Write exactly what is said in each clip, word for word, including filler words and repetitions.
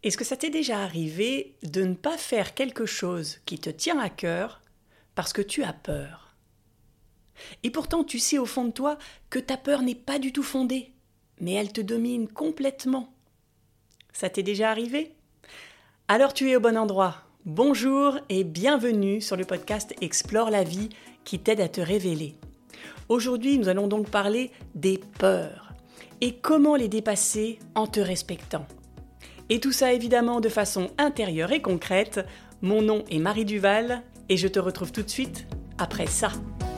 Est-ce que ça t'est déjà arrivé de ne pas faire quelque chose qui te tient à cœur parce que tu as peur? Et pourtant tu sais au fond de toi que ta peur n'est pas du tout fondée, mais elle te domine complètement. Ça t'est déjà arrivé? Alors tu es au bon endroit. Bonjour et bienvenue sur le podcast Explore la vie qui t'aide à te révéler. Aujourd'hui, nous allons donc parler des peurs et comment les dépasser en te respectant. Et tout ça évidemment de façon intérieure et concrète. Mon nom est Marie Duval et je te retrouve tout de suite après ça.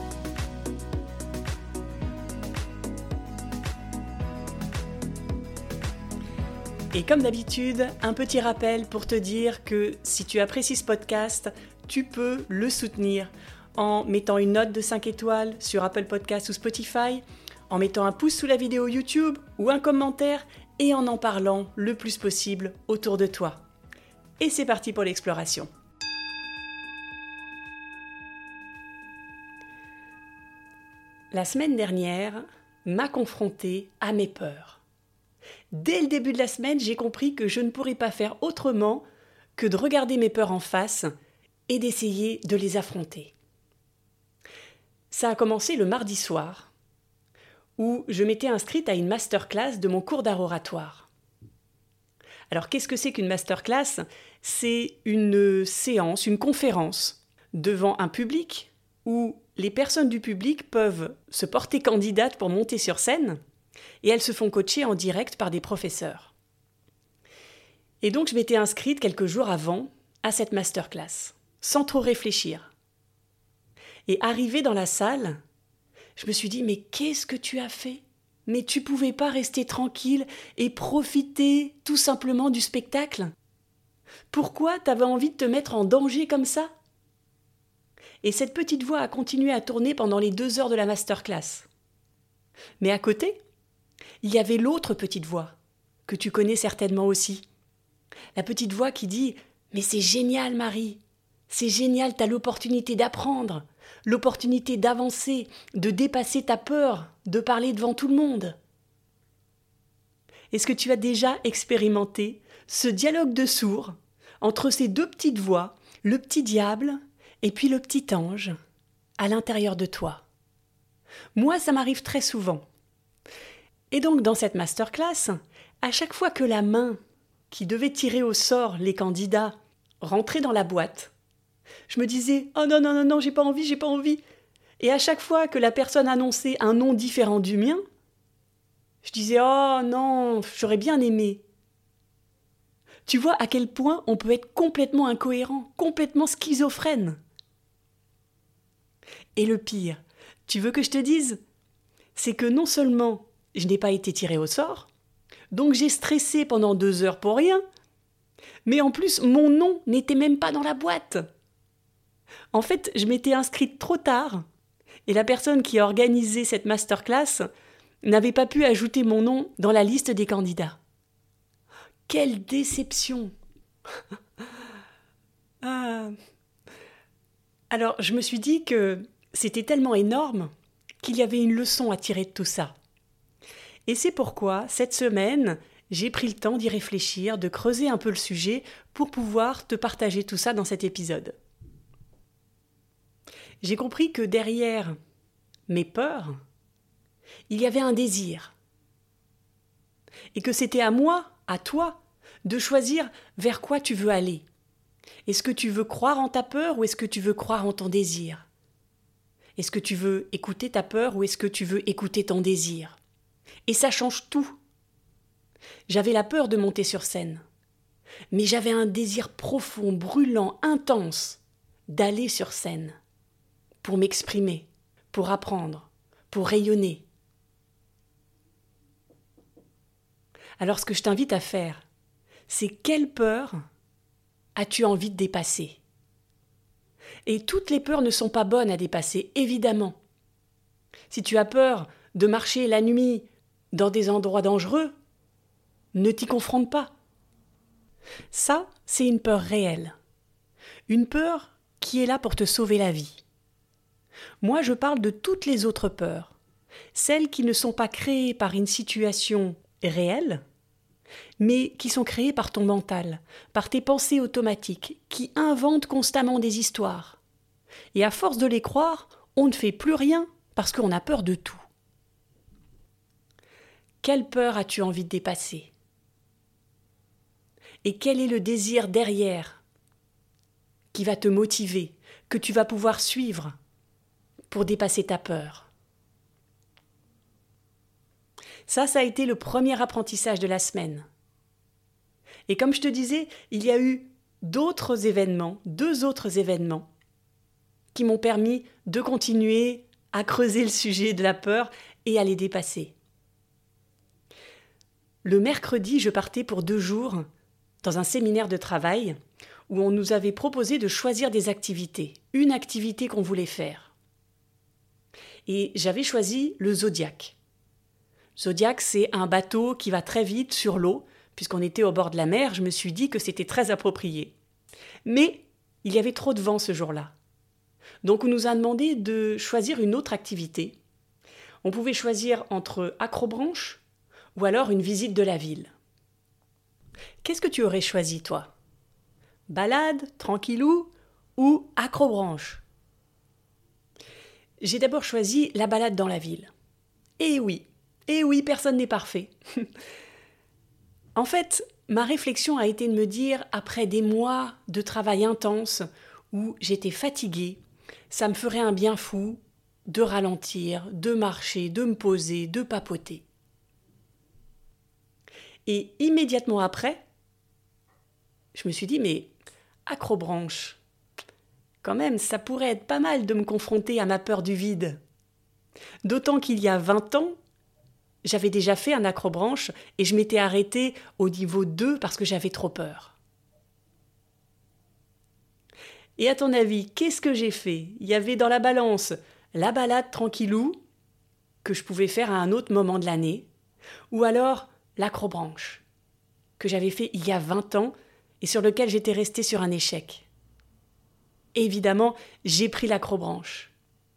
Et comme d'habitude, un petit rappel pour te dire que si tu apprécies ce podcast, tu peux le soutenir en mettant une note de cinq étoiles sur Apple Podcasts ou Spotify, en mettant un pouce sous la vidéo YouTube ou un commentaire et en en parlant le plus possible autour de toi. Et c'est parti pour l'exploration. La semaine dernière m'a confrontée à mes peurs. Dès le début de la semaine, j'ai compris que je ne pourrais pas faire autrement que de regarder mes peurs en face et d'essayer de les affronter. Ça a commencé le mardi soir, où je m'étais inscrite à une masterclass de mon cours d'art oratoire. Alors qu'est-ce que c'est qu'une masterclass ? C'est une séance, une conférence devant un public où les personnes du public peuvent se porter candidates pour monter sur scène et elles se font coacher en direct par des professeurs. Et donc je m'étais inscrite quelques jours avant à cette masterclass, sans trop réfléchir. Et arrivée dans la salle, je me suis dit, mais qu'est-ce que tu as fait ? Mais tu pouvais pas rester tranquille et profiter tout simplement du spectacle ? Pourquoi t'avais envie de te mettre en danger comme ça ? Et cette petite voix a continué à tourner pendant les deux heures de la masterclass. Mais à côté, il y avait l'autre petite voix, que tu connais certainement aussi. La petite voix qui dit « Mais c'est génial, Marie ! C'est génial, t'as l'opportunité d'apprendre, l'opportunité d'avancer, de dépasser ta peur, de parler devant tout le monde. » Est-ce que tu as déjà expérimenté ce dialogue de sourds entre ces deux petites voix, le petit diable et puis le petit ange, à l'intérieur de toi ? Moi, ça m'arrive très souvent. Et donc, dans cette masterclass, à chaque fois que la main qui devait tirer au sort les candidats rentrait dans la boîte, je me disais « Oh non, non, non, non, j'ai pas envie, j'ai pas envie !» Et à chaque fois que la personne annonçait un nom différent du mien, je disais « Oh non, j'aurais bien aimé !» Tu vois à quel point on peut être complètement incohérent, complètement schizophrène. Et le pire, tu veux que je te dise ? C'est que non seulement je n'ai pas été tirée au sort, donc j'ai stressé pendant deux heures pour rien, mais en plus mon nom n'était même pas dans la boîte. En fait, je m'étais inscrite trop tard et la personne qui a organisé cette masterclass n'avait pas pu ajouter mon nom dans la liste des candidats. Quelle déception! ah. Alors, je me suis dit que c'était tellement énorme qu'il y avait une leçon à tirer de tout ça. Et c'est pourquoi, cette semaine, j'ai pris le temps d'y réfléchir, de creuser un peu le sujet pour pouvoir te partager tout ça dans cet épisode. J'ai compris que derrière mes peurs, il y avait un désir. Et que c'était à moi, à toi, de choisir vers quoi tu veux aller. Est-ce que tu veux croire en ta peur ou est-ce que tu veux croire en ton désir ? Est-ce que tu veux écouter ta peur ou est-ce que tu veux écouter ton désir ? Et ça change tout. J'avais la peur de monter sur scène, mais j'avais un désir profond, brûlant, intense d'aller sur scène pour m'exprimer, pour apprendre, pour rayonner. Alors ce que je t'invite à faire, c'est quelle peur as-tu envie de dépasser ? Et toutes les peurs ne sont pas bonnes à dépasser, évidemment. Si tu as peur de marcher la nuit dans des endroits dangereux, ne t'y confronte pas. Ça, c'est une peur réelle. Une peur qui est là pour te sauver la vie. Moi, je parle de toutes les autres peurs. Celles qui ne sont pas créées par une situation réelle, mais qui sont créées par ton mental, par tes pensées automatiques, qui inventent constamment des histoires. Et à force de les croire, on ne fait plus rien parce qu'on a peur de tout. Quelle peur as-tu envie de dépasser ? Et quel est le désir derrière qui va te motiver, que tu vas pouvoir suivre pour dépasser ta peur ? Ça, ça a été le premier apprentissage de la semaine. Et comme je te disais, il y a eu d'autres événements, deux autres événements, qui m'ont permis de continuer à creuser le sujet de la peur et à les dépasser. Le mercredi, je partais pour deux jours dans un séminaire de travail où on nous avait proposé de choisir des activités, une activité qu'on voulait faire. Et j'avais choisi le Zodiac. Zodiac, c'est un bateau qui va très vite sur l'eau. Puisqu'on était au bord de la mer, je me suis dit que c'était très approprié. Mais il y avait trop de vent ce jour-là. Donc on nous a demandé de choisir une autre activité. On pouvait choisir entre acrobranche ou alors une visite de la ville. Qu'est-ce que tu aurais choisi, toi ? Balade, tranquillou ou acrobranche ? J'ai d'abord choisi la balade dans la ville. Et oui, et oui, personne n'est parfait. En fait, ma réflexion a été de me dire, après des mois de travail intense où j'étais fatiguée, ça me ferait un bien fou de ralentir, de marcher, de me poser, de papoter. Et immédiatement après, je me suis dit, mais acrobranche, quand même, ça pourrait être pas mal de me confronter à ma peur du vide. D'autant qu'il y a vingt ans, j'avais déjà fait un acrobranche et je m'étais arrêtée au niveau deux parce que j'avais trop peur. Et à ton avis, qu'est-ce que j'ai fait ? Il y avait dans la balance la balade tranquillou, que je pouvais faire à un autre moment de l'année, ou alors l'acrobranche, que j'avais fait il y a vingt ans et sur lequel j'étais restée sur un échec. Évidemment, j'ai pris l'acrobranche.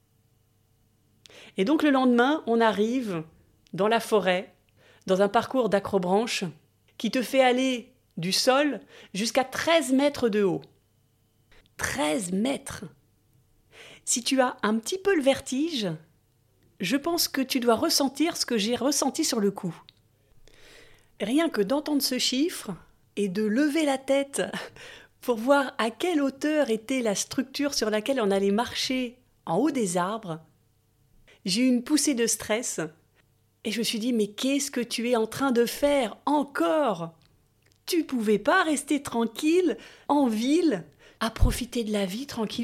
Et donc le lendemain, on arrive dans la forêt, dans un parcours d'acrobranche qui te fait aller du sol jusqu'à treize mètres de haut. treize mètres. Si tu as un petit peu le vertige, je pense que tu dois ressentir ce que j'ai ressenti sur le coup. Rien que d'entendre ce chiffre et de lever la tête pour voir à quelle hauteur était la structure sur laquelle on allait marcher en haut des arbres, j'ai eu une poussée de stress. Et je me suis dit, mais qu'est-ce que tu es en train de faire encore ? Tu pouvais pas rester tranquille, en ville, à profiter de la vie tranquillou ?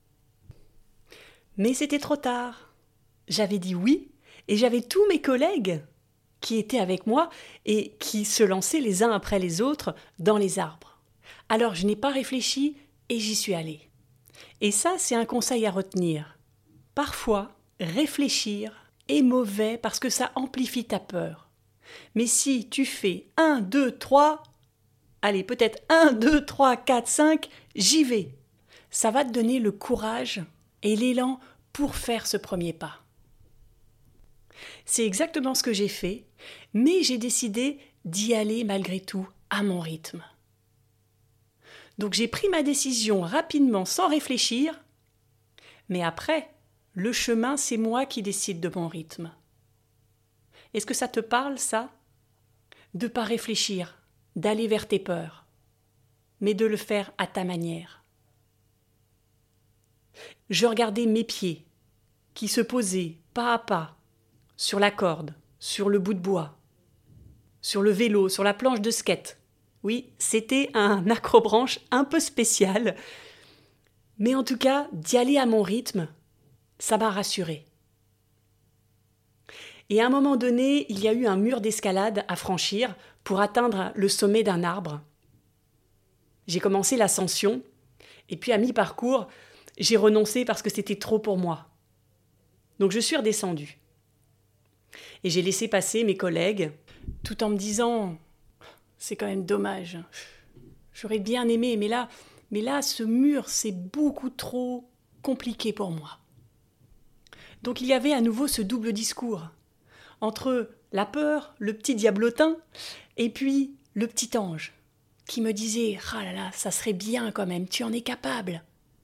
Mais c'était trop tard. J'avais dit oui, et j'avais tous mes collègues qui étaient avec moi et qui se lançaient les uns après les autres dans les arbres. Alors je n'ai pas réfléchi et j'y suis allée. Et ça, c'est un conseil à retenir. Parfois, réfléchir est mauvais parce que ça amplifie ta peur. Mais si tu fais un, deux, trois, allez, peut-être un, deux, trois, quatre, cinq, j'y vais. Ça va te donner le courage et l'élan pour faire ce premier pas. C'est exactement ce que j'ai fait, mais j'ai décidé d'y aller malgré tout à mon rythme. Donc j'ai pris ma décision rapidement sans réfléchir, mais après, le chemin, c'est moi qui décide de mon rythme. Est-ce que ça te parle, ça ? De ne pas réfléchir, d'aller vers tes peurs, mais de le faire à ta manière. Je regardais mes pieds, qui se posaient pas à pas, sur la corde, sur le bout de bois, sur le vélo, sur la planche de skate. Oui, c'était un acrobranche un peu spécial, mais en tout cas, d'y aller à mon rythme, ça m'a rassurée. Et à un moment donné, il y a eu un mur d'escalade à franchir pour atteindre le sommet d'un arbre. J'ai commencé l'ascension, et puis à mi-parcours, j'ai renoncé parce que c'était trop pour moi. Donc je suis redescendue. Et j'ai laissé passer mes collègues, tout en me disant « c'est quand même dommage, j'aurais bien aimé, mais là, mais là, ce mur, c'est beaucoup trop compliqué pour moi. » Donc il y avait à nouveau ce double discours, entre la peur, le petit diablotin, Et puis, le petit ange qui me disait « Ah là là, ça serait bien quand même, tu en es capable ».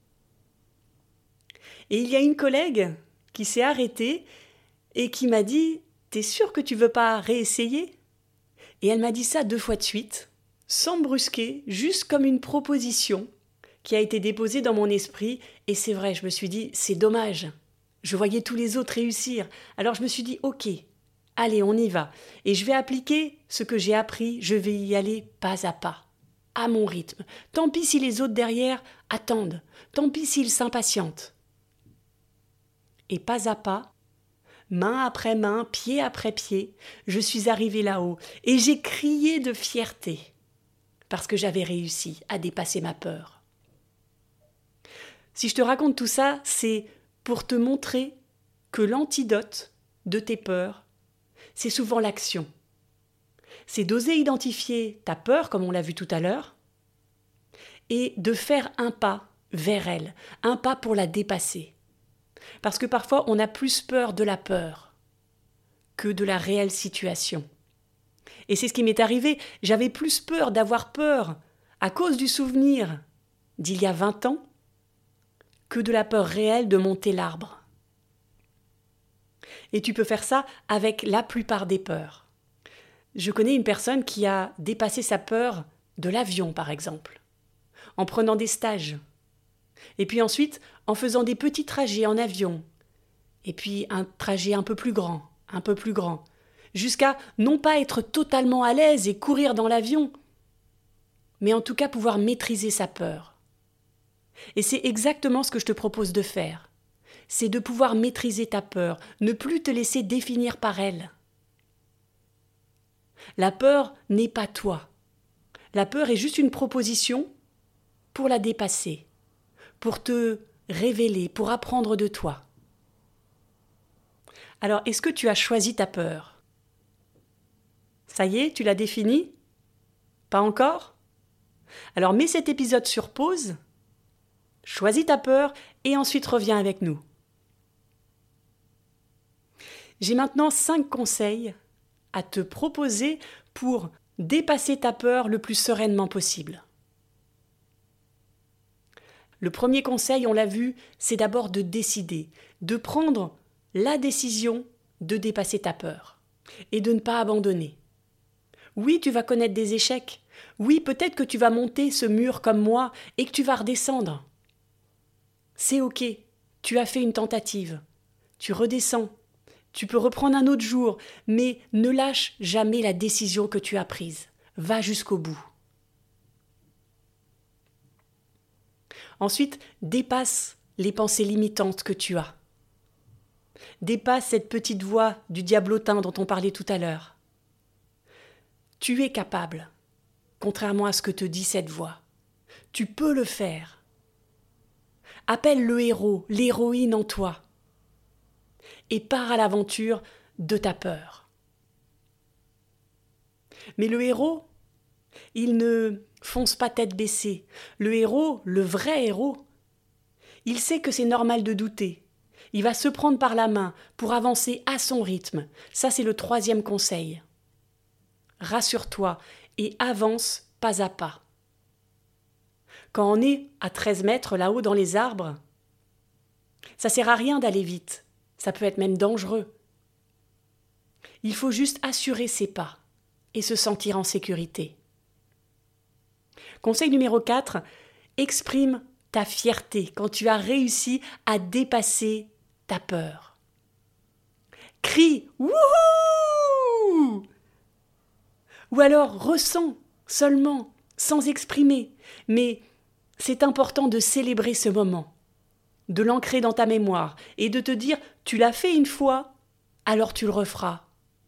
Et il y a une collègue qui s'est arrêtée et qui m'a dit « T'es sûre que tu veux pas réessayer ?» Et elle m'a dit ça deux fois de suite, sans me brusquer, juste comme une proposition qui a été déposée dans mon esprit. Et c'est vrai, je me suis dit « C'est dommage ». Je voyais tous les autres réussir. Alors je me suis dit « Ok, allez, on y va. Et je vais appliquer ce que j'ai appris, je vais y aller pas à pas, à mon rythme. Tant pis si les autres derrière attendent, tant pis s'ils s'impatientent. » Et pas à pas, main après main, pied après pied, je suis arrivée là-haut et j'ai crié de fierté parce que j'avais réussi à dépasser ma peur. Si je te raconte tout ça, c'est pour te montrer que l'antidote de tes peurs, c'est souvent l'action. C'est d'oser identifier ta peur, comme on l'a vu tout à l'heure, et de faire un pas vers elle, un pas pour la dépasser. Parce que parfois, on a plus peur de la peur que de la réelle situation. Et c'est ce qui m'est arrivé. J'avais plus peur d'avoir peur à cause du souvenir d'il y a vingt ans que de la peur réelle de monter l'arbre. Et tu peux faire ça avec la plupart des peurs. Je connais une personne qui a dépassé sa peur de l'avion, par exemple, en prenant des stages. Et puis ensuite, en faisant des petits trajets en avion. Et puis un trajet un peu plus grand, un peu plus grand. Jusqu'à non pas être totalement à l'aise et courir dans l'avion, mais en tout cas pouvoir maîtriser sa peur. Et c'est exactement ce que je te propose de faire. C'est de pouvoir maîtriser ta peur, ne plus te laisser définir par elle. La peur n'est pas toi. La peur est juste une proposition pour la dépasser, pour te révéler, pour apprendre de toi. Alors, est-ce que tu as choisi ta peur ? Ça y est, tu l'as définie ? Pas encore ? Alors, mets cet épisode sur pause, choisis ta peur et ensuite reviens avec nous. J'ai maintenant cinq conseils à te proposer pour dépasser ta peur le plus sereinement possible. Le premier conseil, on l'a vu, c'est d'abord de décider, de prendre la décision de dépasser ta peur et de ne pas abandonner. Oui, tu vas connaître des échecs. Oui, peut-être que tu vas monter ce mur comme moi et que tu vas redescendre. C'est ok, tu as fait une tentative. Tu redescends. Tu peux reprendre un autre jour, mais ne lâche jamais la décision que tu as prise. Va jusqu'au bout. Ensuite, dépasse les pensées limitantes que tu as. Dépasse cette petite voix du diablotin dont on parlait tout à l'heure. Tu es capable, contrairement à ce que te dit cette voix. Tu peux le faire. Appelle le héros, l'héroïne en toi. Et pars à l'aventure de ta peur. Mais le héros, il ne fonce pas tête baissée. Le héros, le vrai héros, il sait que c'est normal de douter. Il va se prendre par la main pour avancer à son rythme. Ça, c'est le troisième conseil. Rassure-toi et avance pas à pas. Quand on est à treize mètres là-haut dans les arbres, ça sert à rien d'aller vite. Ça peut être même dangereux. Il faut juste assurer ses pas et se sentir en sécurité. Conseil numéro quatre, exprime ta fierté quand tu as réussi à dépasser ta peur. Crie « Wouhou !» Ou alors ressens seulement, sans exprimer. Mais c'est important de célébrer ce moment, de l'ancrer dans ta mémoire et de te dire « tu l'as fait une fois, alors tu le referas ».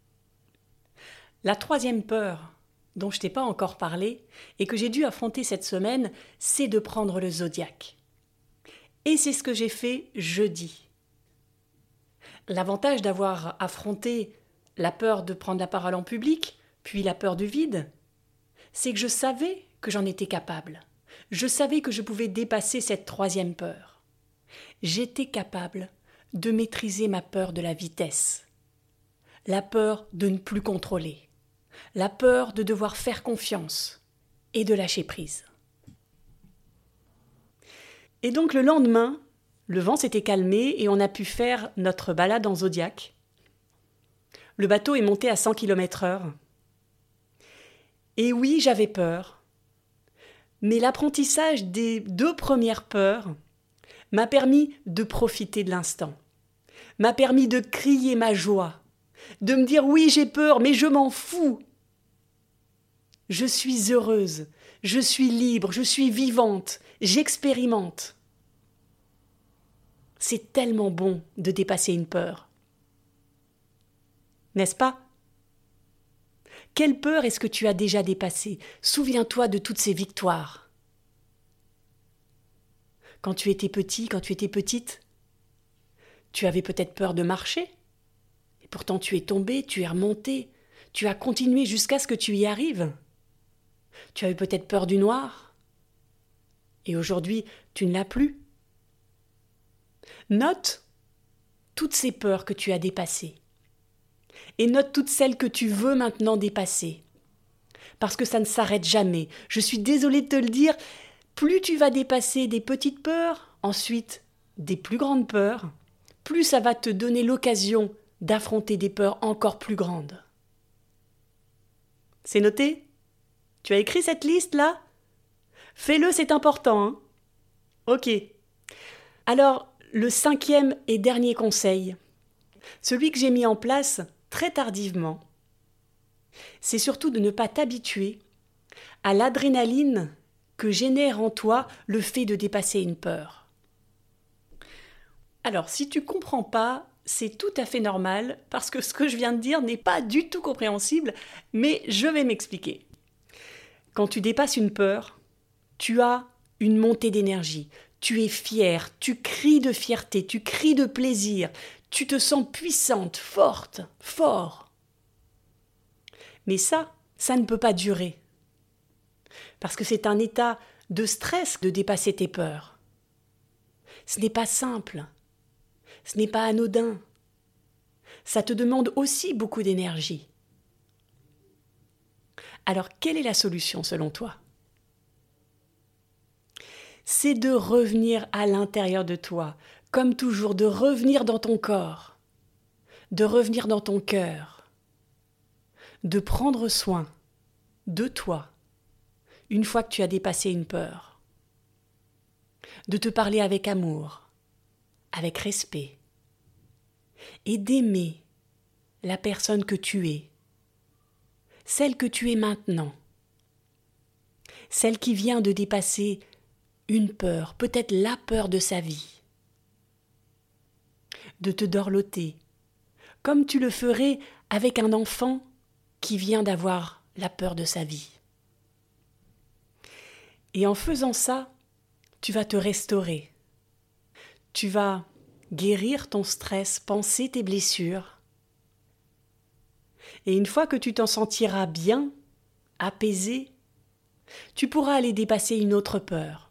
La troisième peur dont je t'ai pas encore parlé et que j'ai dû affronter cette semaine, c'est de prendre le zodiaque. Et c'est ce que j'ai fait jeudi. L'avantage d'avoir affronté la peur de prendre la parole en public, puis la peur du vide, c'est que je savais que j'en étais capable. Je savais que je pouvais dépasser cette troisième peur. J'étais capable de maîtriser ma peur de la vitesse, la peur de ne plus contrôler, la peur de devoir faire confiance et de lâcher prise. Et donc le lendemain, le vent s'était calmé et on a pu faire notre balade en Zodiac. Le bateau est monté à cent kilomètres heure. Et oui, j'avais peur. Mais l'apprentissage des deux premières peurs m'a permis de profiter de l'instant, m'a permis de crier ma joie, de me dire oui, j'ai peur, mais je m'en fous. Je suis heureuse, je suis libre, je suis vivante, j'expérimente. C'est tellement bon de dépasser une peur. N'est-ce pas ? Quelle peur est-ce que tu as déjà dépassée ? Souviens-toi de toutes ces victoires. Quand tu étais petit, quand tu étais petite, tu avais peut-être peur de marcher. Et pourtant tu es tombé, tu es remonté, tu as continué jusqu'à ce que tu y arrives. Tu avais peut-être peur du noir. Et aujourd'hui, tu ne l'as plus. Note toutes ces peurs que tu as dépassées. Et note toutes celles que tu veux maintenant dépasser. Parce que ça ne s'arrête jamais. Je suis désolée de te le dire, plus tu vas dépasser des petites peurs, ensuite des plus grandes peurs, plus ça va te donner l'occasion d'affronter des peurs encore plus grandes. C'est noté ? Tu as écrit cette liste-là ? Fais-le, c'est important, hein ? Ok. Alors, le cinquième et dernier conseil, celui que j'ai mis en place très tardivement, c'est surtout de ne pas t'habituer à l'adrénaline que génère en toi le fait de dépasser une peur. Alors, si tu ne comprends pas, c'est tout à fait normal, parce que ce que je viens de dire n'est pas du tout compréhensible, mais je vais m'expliquer. Quand tu dépasses une peur, tu as une montée d'énergie, tu es fière, tu cries de fierté, tu cries de plaisir, tu te sens puissante, forte, fort. Mais ça, ça ne peut pas durer. Parce que c'est un état de stress de dépasser tes peurs. Ce n'est pas simple. Ce n'est pas anodin. Ça te demande aussi beaucoup d'énergie. Alors, quelle est la solution selon toi ? C'est de revenir à l'intérieur de toi, comme toujours, de revenir dans ton corps, de revenir dans ton cœur, de prendre soin de toi une fois que tu as dépassé une peur, de te parler avec amour, avec respect, et d'aimer la personne que tu es, celle que tu es maintenant, celle qui vient de dépasser une peur, peut-être la peur de sa vie, de te dorloter, comme tu le ferais avec un enfant qui vient d'avoir la peur de sa vie. Et en faisant ça, tu vas te restaurer, tu vas guérir ton stress, penser tes blessures, et une fois que tu t'en sentiras bien, apaisé, tu pourras aller dépasser une autre peur.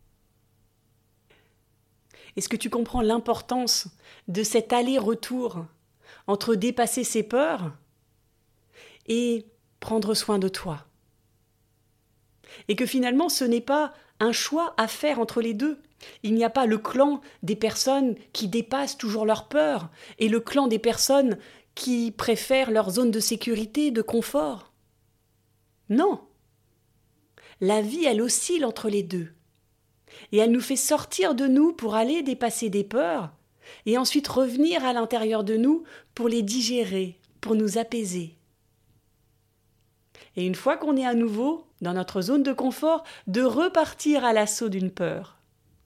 Est-ce que tu comprends l'importance de cet aller-retour entre dépasser ses peurs et prendre soin de toi ? Et que finalement, ce n'est pas un choix à faire entre les deux. Il n'y a pas le clan des personnes qui dépassent toujours leurs peurs et le clan des personnes qui préfèrent leur zone de sécurité, de confort. Non. La vie, elle oscille entre les deux. Et elle nous fait sortir de nous pour aller dépasser des peurs et ensuite revenir à l'intérieur de nous pour les digérer, pour nous apaiser. Et une fois qu'on est à nouveau dans notre zone de confort, de repartir à l'assaut d'une peur.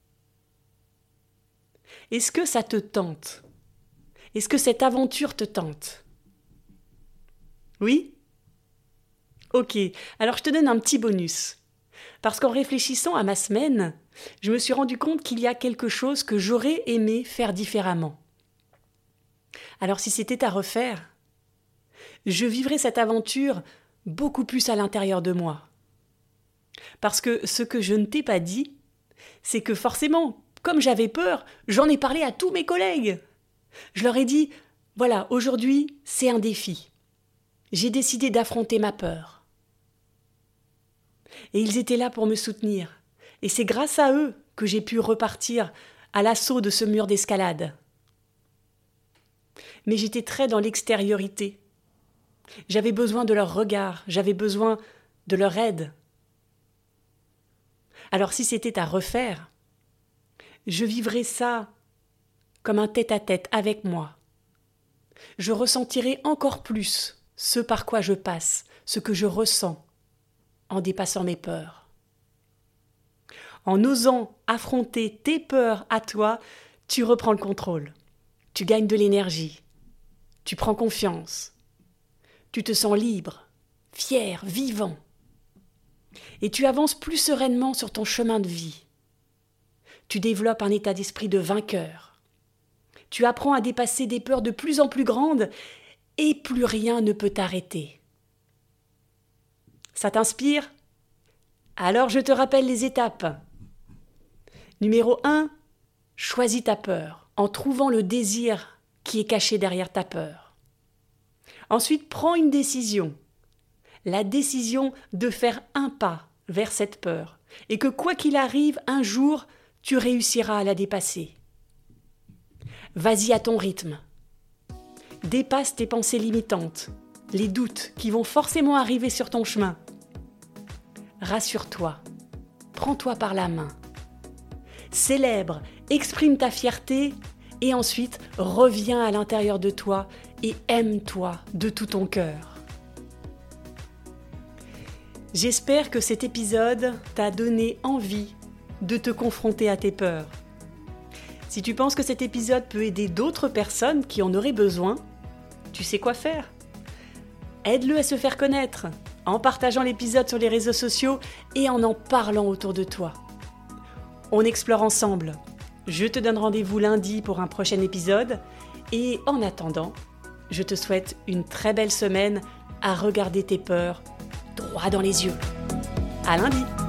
Est-ce que ça te tente ? Est-ce que cette aventure te tente ? Oui ? Ok, alors je te donne un petit bonus. Parce qu'en réfléchissant à ma semaine, je me suis rendu compte qu'il y a quelque chose que j'aurais aimé faire différemment. Alors si c'était à refaire, je vivrais cette aventure beaucoup plus à l'intérieur de moi. Parce que ce que je ne t'ai pas dit, c'est que forcément, comme j'avais peur, j'en ai parlé à tous mes collègues. Je leur ai dit, voilà, aujourd'hui, c'est un défi. j'ai décidé d'affronter ma peur. Et ils étaient là pour me soutenir. Et c'est grâce à eux que j'ai pu repartir à l'assaut de ce mur d'escalade. Mais j'étais très dans l'extériorité. J'avais besoin de leur regard, j'avais besoin de leur aide. Alors si c'était à refaire, je vivrais ça comme un tête-à-tête avec moi. Je ressentirais encore plus ce par quoi je passe, ce que je ressens en dépassant mes peurs. En osant affronter tes peurs à toi, tu reprends le contrôle. Tu gagnes de l'énergie. Tu prends confiance. Tu te sens libre, fier, vivant. Et tu avances plus sereinement sur ton chemin de vie. Tu développes un état d'esprit de vainqueur. Tu apprends à dépasser des peurs de plus en plus grandes et plus rien ne peut t'arrêter. Ça t'inspire ? Alors je te rappelle les étapes. Numéro un, choisis ta peur en trouvant le désir qui est caché derrière ta peur. Ensuite, prends une décision. La décision de faire un pas vers cette peur et que quoi qu'il arrive, un jour, tu réussiras à la dépasser. Vas-y à ton rythme. Dépasse tes pensées limitantes, les doutes qui vont forcément arriver sur ton chemin. Rassure-toi, prends-toi par la main. Célèbre, exprime ta fierté et ensuite reviens à l'intérieur de toi et aime-toi de tout ton cœur. J'espère que cet épisode t'a donné envie de te confronter à tes peurs. Si tu penses que cet épisode peut aider d'autres personnes qui en auraient besoin, tu sais quoi faire. Aide-le à se faire connaître en partageant l'épisode sur les réseaux sociaux et en en parlant autour de toi. On explore ensemble. Je te donne rendez-vous lundi pour un prochain épisode et en attendant, je te souhaite une très belle semaine à regarder tes peurs droit dans les yeux. À lundi!